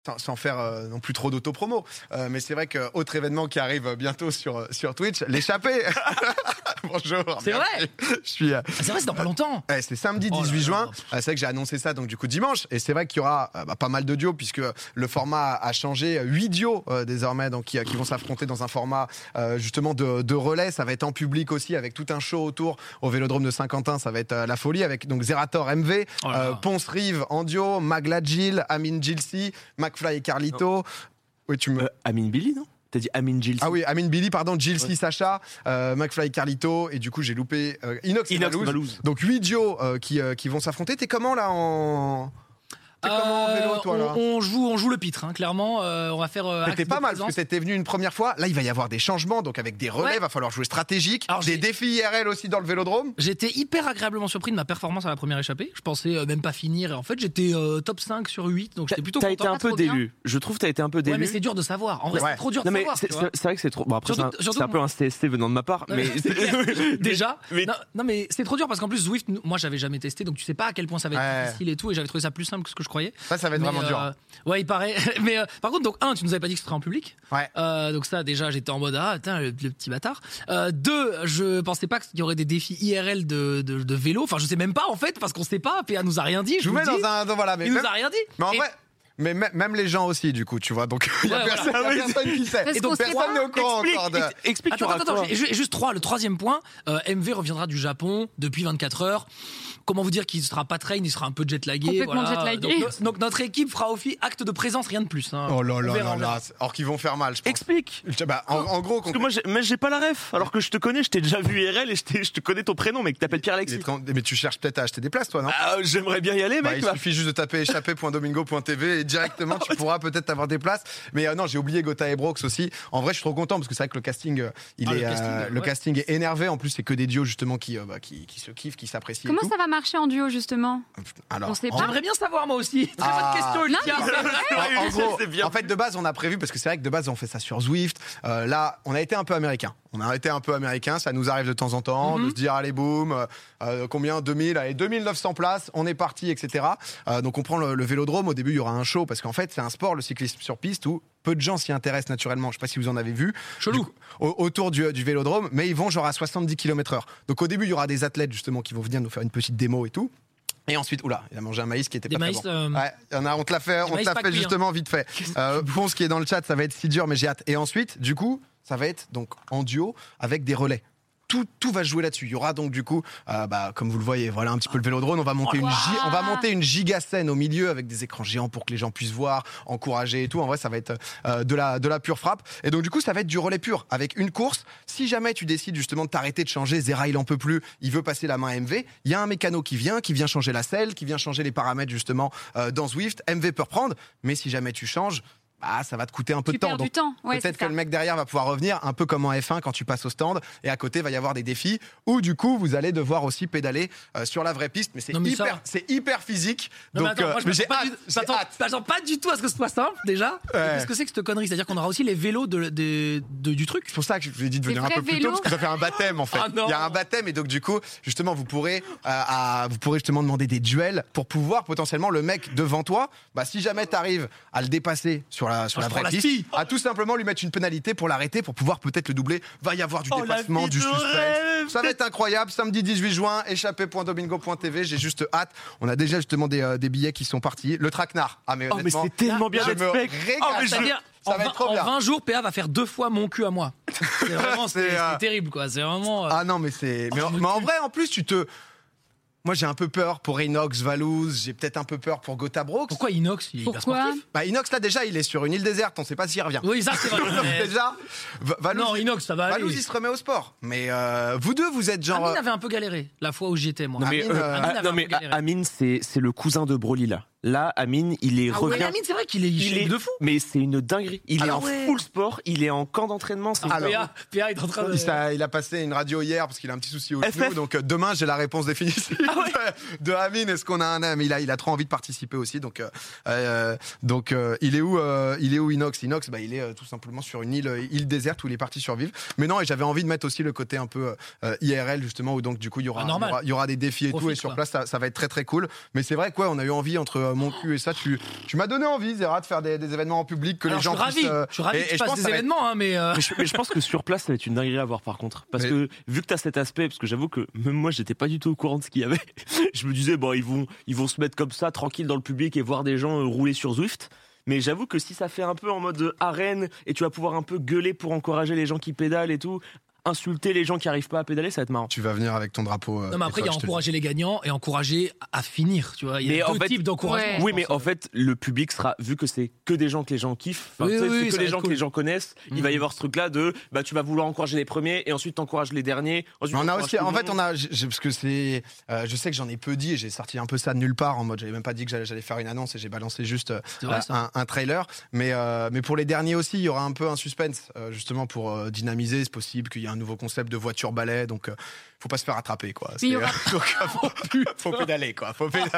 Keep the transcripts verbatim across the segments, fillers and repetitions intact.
Sans, sans faire euh, non plus trop d'auto-promo. Euh, mais c'est vrai qu'autre événement qui arrive bientôt sur, sur Twitch, l'échappée. Bonjour. C'est merci. vrai. Je suis. Euh... Ah, c'est vrai, c'est dans pas longtemps. Ouais, c'est samedi dix-huit oh juin. Euh, c'est vrai que j'ai annoncé ça donc du coup dimanche. Et c'est vrai qu'il y aura euh, bah, pas mal de duos puisque le format a changé. Huit duos euh, désormais donc qui, qui vont s'affronter dans un format euh, justement de, de relais. Ça va être en public aussi avec tout un show autour au Vélodrome de Saint-Quentin. Ça va être euh, la folie avec donc Zerator M V, oh euh, Ponce Rive en duo, Magla Jill, Amine Gilsi, McFly et Carlito. Oui, tu me. Euh, Amine Billy, non? T'as dit Amine Gilsi. Ah oui, Amine Billy, pardon, Gilsi, ouais. Sacha, euh, McFly et Carlito, et du coup j'ai loupé euh, Inox, Inox et Malouz. Donc huit duos euh, qui, euh, qui vont s'affronter. T'es comment là en. T'es euh, comment en vélo, toi, là on, on, joue, on joue le pitre, hein, clairement. Euh, on va faire. Euh, C'était pas mal parce que t'étais venu une première fois. Là, il va y avoir des changements, donc avec des relais, il ouais. va falloir jouer stratégique. Alors, des défis I R L aussi dans le vélodrome. J'étais hyper agréablement surpris de ma performance à la première échappée. Je pensais euh, même pas finir. Et en fait, j'étais euh, top cinq sur huit, donc j'étais plutôt content. T'as été un peu d'élu. Bien. Je trouve que t'as été un peu d'élu. Ouais, mais c'est dur de savoir. En vrai, ouais. c'est trop dur de non, mais savoir. C'est, c'est vrai que c'est trop. Bon, après, surtout, c'est, un, surtout, c'est un peu un C S T venant de ma part. Non, mais déjà. Mais... Non, non, mais c'est trop dur parce qu'en plus, Zwift, moi, j'avais jamais testé, donc tu sais pas à quel point ça va être ouais. difficile et tout. Et j'avais trouvé ça plus simple que ce que je croyais. Ça, ça va être vraiment dur. Ouais, il paraît. Mais euh, par contre, donc un, tu nous avais pas dit que ce serait en public. Ouais. Euh, donc ça, déjà, j'étais en mode ah, putain, le, le petit bâtard. Euh, deux, je pensais pas qu'il y aurait des défis I R L de, de, de vélo. Enfin, je sais même pas en fait parce qu'on sait pas. P A nous a rien dit. Je, je vous mets dis. dans un, dans, voilà, mais il même... nous a rien dit. Mais en et... vrai. Mais même les gens aussi, du coup, tu vois. Donc, il y a ouais, personne, voilà. y a personne qui sait. Et donc, personne n'est au courant explique, encore. De... Explique, attends, attends, attends. J'ai juste trois. Le troisième point, euh, M V reviendra du Japon depuis vingt-quatre heures. Comment vous dire qu'il sera pas train, il sera un peu jet-lagué. Complètement voilà. jet-lagué. Donc, donc, notre équipe fera aussi acte de présence, rien de plus. Hein. Oh là là là là. Or qu'ils vont faire mal, je pense. Explique. Bah, en, en gros, parce que moi, j'ai, mais j'ai pas la ref. Alors que je te connais, je t'ai déjà vu I R L et je, je te connais ton prénom, mec. T'appelles Pierre-Alexis. Mais tu cherches peut-être à acheter des places, toi, non? Ah, j'aimerais bien y aller, bah, mec. Il bah. suffit juste de taper échappé point domingo point t v et directement tu pourras peut-être avoir des places. Mais euh, non, j'ai oublié Gotha et Brox aussi. En vrai, je suis trop content parce que c'est vrai que le casting, il ah, est, le, casting, euh, ouais. le casting est énervé. En plus, c'est que des duos justement qui, euh, bah, qui, qui se kiffent, qui s'apprécient. Comment ça va marcher en duo justement? Alors, on sait pas. J'aimerais bien savoir moi aussi. Très ah, bonne question, Olivia. En, en gros, en fait, de base, on a prévu parce que c'est vrai que de base, on fait ça sur Zwift. Euh, là, on a été un peu américain. On a été un peu américain. Ça nous arrive de temps en temps mm-hmm. de se dire allez boum, euh, combien deux mille, allez deux mille neuf cents places. On est parti, et cetera. Euh, donc on prend le, le vélodrome. Au début, il y aura un show parce qu'en fait, c'est un sport, le cyclisme sur piste où peu de gens s'y intéressent naturellement. Je sais pas si vous en avez vu. Chelou. Du, au, autour du, du vélodrome, mais ils vont genre à soixante-dix kilomètres heure. Donc au début, il y aura des athlètes justement qui vont venir nous faire une petite démo et tout. Et ensuite, oula, il a mangé un maïs qui était des pas maïs, très bon. Euh... Ouais, on, a, on te l'a fait, on te l'a fait cuit, justement hein. vite fait. Euh, Ponce qui est dans le chat, ça va être si dur, mais j'ai hâte. Et ensuite, du coup, ça va être donc en duo avec des relais. Tout, tout va jouer là-dessus. Il y aura donc du coup, euh, bah, comme vous le voyez, voilà un petit peu le vélodrome. On va monter une, gi- on va monter une giga scène au milieu avec des écrans géants pour que les gens puissent voir, encourager et tout. En vrai, ça va être euh, de la de la pure frappe. Et donc du coup, ça va être du relais pur avec une course. Si jamais tu décides justement de t'arrêter de changer, Zera il en peut plus, il veut passer la main à M V. Il y a un mécano qui vient, qui vient changer la selle, qui vient changer les paramètres justement euh, dans Zwift. M V peut reprendre, mais si jamais tu changes. Ah, ça va te coûter un peu tu de temps. Perds Donc, du temps. Ouais, peut-être que le mec derrière va pouvoir revenir, un peu comme en F un quand tu passes au stand. Et à côté, il va y avoir des défis où, du coup, vous allez devoir aussi pédaler euh, sur la vraie piste. Mais c'est, non, mais hyper, c'est hyper physique. Non, donc, mais attends, euh, moi, je mais j'ai pas hâte. Du, j'ai hâte. J'attends pas du tout à ce que ce soit simple, déjà. Ouais. Qu'est-ce que c'est que cette connerie? C'est-à-dire qu'on aura aussi les vélos de, de, de, du truc. C'est pour ça que je vous ai dit de venir un peu plus tôt, parce que ça fait un baptême, en fait. Ah, il y a un baptême, et donc, du coup, justement, vous pourrez, euh, à, vous pourrez justement demander des duels pour pouvoir potentiellement le mec devant toi, bah, si jamais t'arrives à le dépasser sur la, sur ah, la vraie piste, à tout simplement lui mettre une pénalité pour l'arrêter, pour pouvoir peut-être le doubler. Va y avoir du oh, dépassement, du suspense. Rêve. Ça va être incroyable. Samedi dix-huit juin, échappé point domingo point t v. J'ai juste hâte. On a déjà justement des, euh, des billets qui sont partis. Le traquenard. Ah, mais oh, honnêtement. mais c'est tellement bien je d'être me mec. régale. Oh, mais c'est-à-dire, ça va être trop bien. En vingt jours, P A va faire deux fois mon cul à moi. C'est vraiment, c'est, c'est, euh... c'est terrible, quoi. C'est vraiment. Euh... Ah non, mais c'est. Mais, en, mais en vrai, en plus, tu te. Moi, j'ai un peu peur pour Inox, Valouz, j'ai peut-être un peu peur pour Gotha Brox. Pourquoi Inox? Il est hyper sportif. Bah, Inox, là, déjà, il est sur une île déserte, on sait pas s'il revient. Oui, ça, c'est vrai. Mais... déjà, Valouz, non, Inox, ça va aller. Valouz, il se remet au sport. Mais euh, vous deux, vous êtes genre. Amine avait un peu galéré la fois où j'y étais, moi. Non, mais, Amine, euh, Amine, ah, non, mais Amine, c'est, c'est le cousin de Broly, là. Là, Amine, il est ah revient. Ouais, Amine, c'est vrai qu'il est, il est de fou. Mais c'est une dinguerie. Il alors, est en ouais. full sport, il est en camp d'entraînement. C'est alors, P A, P A est en train de. Il a, il a passé une radio hier parce qu'il a un petit souci au genou. Donc euh, demain, j'ai la réponse définitive. de, de Amine. Est-ce qu'on a un ami? Il a, il a trop envie de participer aussi. Donc, euh, euh, donc euh, il est où euh, Il est où Inox Inox, bah, il est euh, tout simplement sur une île, euh, île déserte où les parties survivent. Mais non, et j'avais envie de mettre aussi le côté un peu euh, I R L justement, où donc du coup il y aura, Ah, il y normal. aura, il y aura des défis et Profite, tout. Et sur quoi. place, ça, ça va être très très cool. Mais c'est vrai quoi, on a eu envie entre euh, mon cul et ça. Tu, tu m'as donné envie, Zera, de faire des, des événements en public que Alors, les je gens suis ravi, puissent. euh, je suis ravi et- que et tu je fasses pense des que ça va être- événements, hein, mais. euh, Mais je, mais je pense que sur place, ça va être une dinguerie à voir par contre. Parce Mais- que vu que tu as cet aspect, parce que j'avoue que même moi, j'étais pas du tout au courant de ce qu'il y avait. Je me disais, bon, ils vont, ils vont se mettre comme ça, tranquille dans le public et voir des gens euh, rouler sur Zwift. Mais j'avoue que si ça fait un peu en mode arène et tu vas pouvoir un peu gueuler pour encourager les gens qui pédalent et tout, insulter les gens qui arrivent pas à pédaler, ça va être marrant. Tu vas venir avec ton drapeau. euh, Non, mais après, il y a étoile, je te le dis. encourager les gagnants et encourager à finir, tu vois. Il y Mais a en deux fait- types d'encouragement. Ouais. je Oui, pense. mais en fait, le public sera, vu que c'est que des gens que les gens kiffent, enfin, Oui, tu sais, oui, c'est oui, que ça les va gens être que cool. les gens connaissent, il Mhm. va y avoir ce truc-là de, bah, tu vas vouloir encourager les premiers et ensuite t'encourages les derniers. Ensuite, Mais on a t'encourages aussi, tout en le fait, monde. on a, j'ai- j'ai- parce que c'est, euh, je sais que j'en ai peu dit et j'ai sorti un peu ça de nulle part en mode, j'avais même pas dit que j'allais, j'allais faire une annonce et j'ai balancé juste euh, C'est vrai, ça. un, un trailer. Mais, euh, mais pour les derniers aussi, il y aura un peu un suspense, euh, justement pour euh, dynamiser. C'est possible qu'il y ait un nouveau concept de voiture balai, donc euh, faut pas se faire attraper, quoi. Mais il y aura- donc, faut, faut pédaler, quoi. Faut pédaler.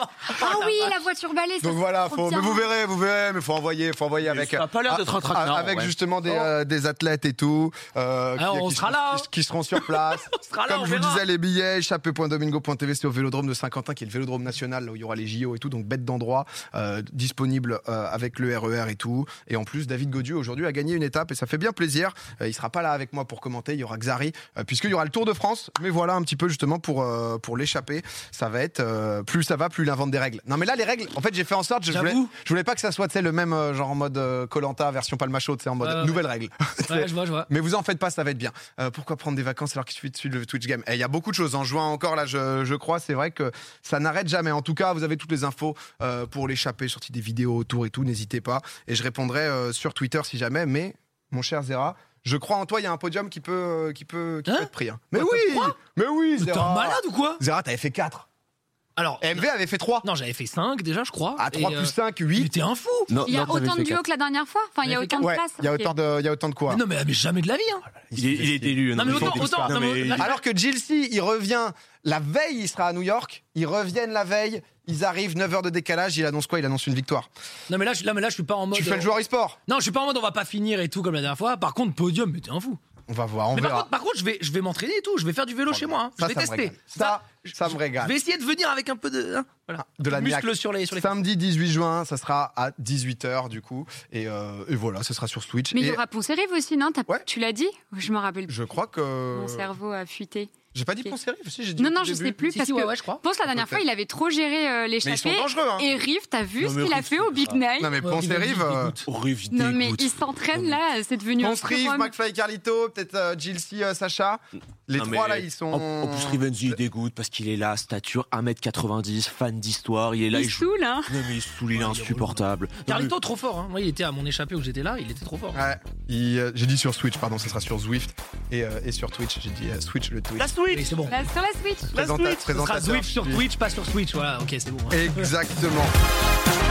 Ah oui, la voiture balai, ça Donc c'est voilà, trop faut, mais bien. vous verrez, vous verrez, mais faut envoyer, faut envoyer avec. ça a pas l'air d'être un a- traquenard, a- Avec ouais. justement des, Oh. euh, des athlètes et tout. euh, Alors, qui, on qui sera seront- là, hein. qui- qui seront sur place. sera là, Comme on je vous verra. disais, les billets, échappé point domingo point t v, c'est au Vélodrome de Saint-Quentin, qui est le Vélodrome national, là où il y aura les J O et tout, donc bête d'endroit, euh, disponible euh, avec le R E R et tout. Et en plus, David Godieu aujourd'hui a gagné une étape et ça fait bien plaisir. Euh, il sera pas là avec moi pour commenter, il y aura Xari, euh, puisqu'il y aura le Tour de France. Mais voilà un petit peu justement pour euh, pour l'échapper. Ça va être euh, plus ça va, plus il invente des règles. Non mais là les règles, en fait j'ai fait en sorte, je voulais, J'avoue. je voulais pas que ça soit tu sais, le même euh, genre en mode Koh-Lanta version Palma Chaude, c'est en mode Ouais, ouais, nouvelles règles. Ouais, je vois, je vois. Mais vous en faites pas, ça va être bien. Euh, pourquoi prendre des vacances alors qu'il suffit de suivre le Twitch Game? Et il y a beaucoup de choses. En juin encore, là, je, je crois, c'est vrai que ça n'arrête jamais. En tout cas, vous avez toutes les infos euh, pour l'échapper, sorti des vidéos autour et tout. N'hésitez pas. Et je répondrai euh, sur Twitter si jamais. Mais, mon cher Zera, je crois en toi, il y a un podium qui peut, euh, qui peut, qui Hein peut être pris. hein. Mais Quoi, oui! quoi Mais oui, Mais T'es un Zera! malade ou quoi? Zera, t'avais fait quatre. Alors, M V avait fait trois. non, j'avais fait cinq déjà, je crois. À trois Et, plus euh, cinq, Mais huit. t'es un fou! Non, Il y a non, t'avais autant de fait duos quatre. que la dernière fois. Enfin, il y a Vous avez fait autant de Ouais, places. il y a ok. autant de, il y a autant de quoi. Mais non, mais, mais jamais de la vie, hein! Il est, il est élu. Non, mais il autant, faut- autant, non, non, mais- mais là- Alors que Jill C, il revient la veille, il sera à New York. Ils reviennent la veille. Ils arrivent, neuf heures de décalage. Il annonce quoi? Il annonce une victoire. Non, mais là, je, là, mais là, je suis pas en mode. Tu fais le joueur e-sport. Non, je suis pas en mode on va pas finir et tout comme la dernière fois. Par contre, podium, mais t'es un fou. On va voir, on Mais par verra. contre, par contre, je vais, je vais m'entraîner et tout. Je vais faire du vélo chez moi. hein. Je Ça, vais ça me tester. régale. Ça, ça me Je régale. vais essayer de venir avec un peu de. hein, voilà. De la muscle niaque. sur les, sur les. Samedi dix-huit juin, ça sera à dix-huit heures du coup. Et, euh, et voilà, ça sera sur Switch. Mais il y Et aura Ponce-Rive aussi, non? T'as- Ouais. Tu l'as dit? Je me rappelle plus. je crois que. Mon cerveau a fuité. J'ai pas dit Ok. Ponce-Rive, si j'ai dit. Non, au non, tout je début. sais plus Si, parce si, ouais, que ouais, je crois. Ponce, la dernière fois, il avait trop géré euh, Mais ils sont l'échappée. dangereux, hein. Et Rive, t'as vu Non, ce mais qu'il a Rive, fait c'est au Big Night? Non, mais Ouais, Ponce-Rive. il euh, dégoûte. Horrible, Non, mais dégoûte. il s'entraîne là, c'est devenu un Ponce-Rive, forum. McFly Carlito, peut-être euh, Jill C, euh, Sacha. Les Non, trois mais là, ils sont. En, en plus, Rivenzi, il dégoûte parce qu'il est là, stature un mètre quatre-vingt-dix, fan d'histoire. Il est là, Il il joue. saoule, hein. Non, mais il saoule, il est Ouais, il est insupportable. Carlito, trop fort. Hein. Moi, il était à mon échappée où j'étais là. Il était trop fort. Ouais, il, euh, j'ai dit sur Switch, pardon, ça sera sur Zwift et, euh, et sur Twitch. J'ai dit euh, Switch le Twitch. La Switch! Oui, c'est bon. Là, sur la Switch. La Présenta- Switch. Ce sera présentateur, Zwift sur je suis- Twitch, pas sur Switch. Voilà, ok, c'est bon. hein. Exactement.